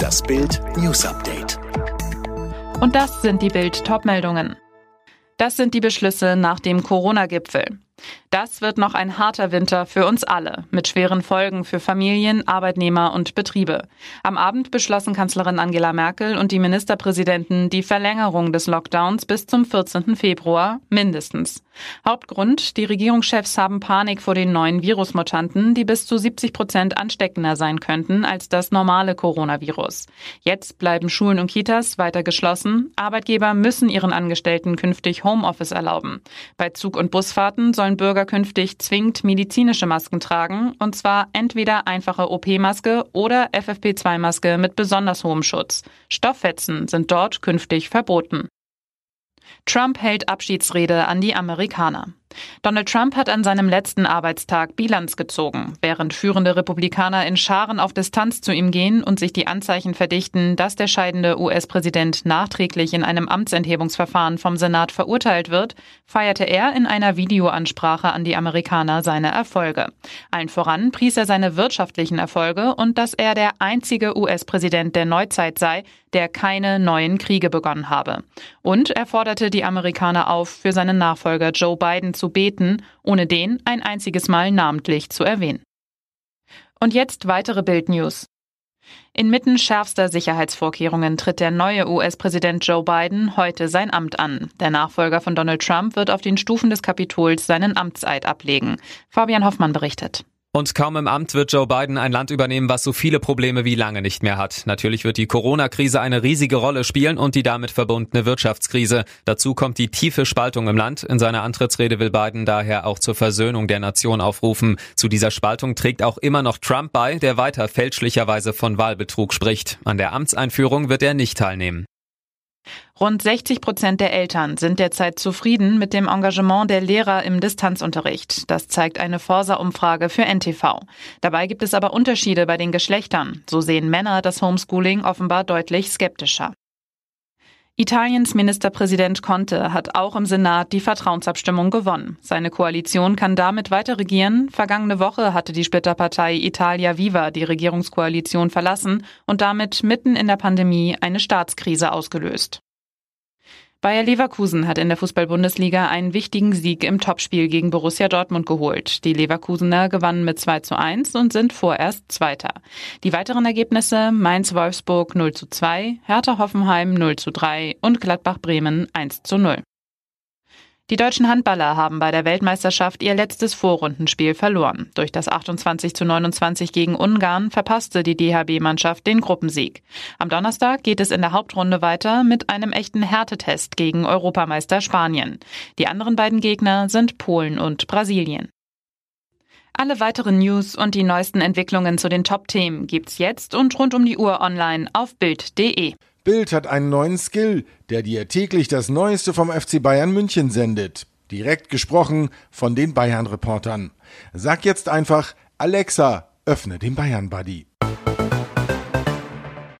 Das Bild News Update. Und das sind die Bild-Top-Meldungen. Das sind die Beschlüsse nach dem Corona-Gipfel. Das wird noch ein harter Winter für uns alle, mit schweren Folgen für Familien, Arbeitnehmer und Betriebe. Am Abend beschlossen Kanzlerin Angela Merkel und die Ministerpräsidenten die Verlängerung des Lockdowns bis zum 14. Februar mindestens. Hauptgrund: die Regierungschefs haben Panik vor den neuen Virusmutanten, die bis zu 70% ansteckender sein könnten als das normale Coronavirus. Jetzt bleiben Schulen und Kitas weiter geschlossen. Arbeitgeber müssen ihren Angestellten künftig Homeoffice erlauben. Bei Zug- und Busfahrten sollen Bürger künftig zwingend medizinische Masken tragen, und zwar entweder einfache OP-Maske oder FFP2-Maske mit besonders hohem Schutz. Stofffetzen sind dort künftig verboten. Trump hält Abschiedsrede an die Amerikaner. Donald Trump hat an seinem letzten Arbeitstag Bilanz gezogen, während führende Republikaner in Scharen auf Distanz zu ihm gehen und sich die Anzeichen verdichten, dass der scheidende US-Präsident nachträglich in einem Amtsenthebungsverfahren vom Senat verurteilt wird, feierte er in einer Videoansprache an die Amerikaner seine Erfolge. Allen voran pries er seine wirtschaftlichen Erfolge und dass er der einzige US-Präsident der Neuzeit sei, der keine neuen Kriege begonnen habe. Und er forderte die Amerikaner auf, für seinen Nachfolger Joe Biden zu beten, ohne den ein einziges Mal namentlich zu erwähnen. Und jetzt weitere Bild-News. Inmitten schärfster Sicherheitsvorkehrungen tritt der neue US-Präsident Joe Biden heute sein Amt an. Der Nachfolger von Donald Trump wird auf den Stufen des Kapitols seinen Amtseid ablegen. Fabian Hoffmann berichtet. Und kaum im Amt wird Joe Biden ein Land übernehmen, was so viele Probleme wie lange nicht mehr hat. Natürlich wird die Corona-Krise eine riesige Rolle spielen und die damit verbundene Wirtschaftskrise. Dazu kommt die tiefe Spaltung im Land. In seiner Antrittsrede will Biden daher auch zur Versöhnung der Nation aufrufen. Zu dieser Spaltung trägt auch immer noch Trump bei, der weiter fälschlicherweise von Wahlbetrug spricht. An der Amtseinführung wird er nicht teilnehmen. Rund 60% der Eltern sind derzeit zufrieden mit dem Engagement der Lehrer im Distanzunterricht. Das zeigt eine Forsa-Umfrage für NTV. Dabei gibt es aber Unterschiede bei den Geschlechtern. So sehen Männer das Homeschooling offenbar deutlich skeptischer. Italiens Ministerpräsident Conte hat auch im Senat die Vertrauensabstimmung gewonnen. Seine Koalition kann damit weiter regieren. Vergangene Woche hatte die Splitterpartei Italia Viva die Regierungskoalition verlassen und damit mitten in der Pandemie eine Staatskrise ausgelöst. Bayer Leverkusen hat in der Fußball-Bundesliga einen wichtigen Sieg im Topspiel gegen Borussia Dortmund geholt. Die Leverkusener gewannen mit 2:1 und sind vorerst Zweiter. Die weiteren Ergebnisse: Mainz-Wolfsburg 0:2, Hertha-Hoffenheim 0:3 und Gladbach-Bremen 1:0. Die deutschen Handballer haben bei der Weltmeisterschaft ihr letztes Vorrundenspiel verloren. Durch das 28:29 gegen Ungarn verpasste die DHB-Mannschaft den Gruppensieg. Am Donnerstag geht es in der Hauptrunde weiter mit einem echten Härtetest gegen Europameister Spanien. Die anderen beiden Gegner sind Polen und Brasilien. Alle weiteren News und die neuesten Entwicklungen zu den Top-Themen gibt's jetzt und rund um die Uhr online auf Bild.de. Bild hat einen neuen Skill, der dir täglich das Neueste vom FC Bayern München sendet. Direkt gesprochen von den Bayern-Reportern. Sag jetzt einfach: Alexa, öffne den Bayern-Buddy.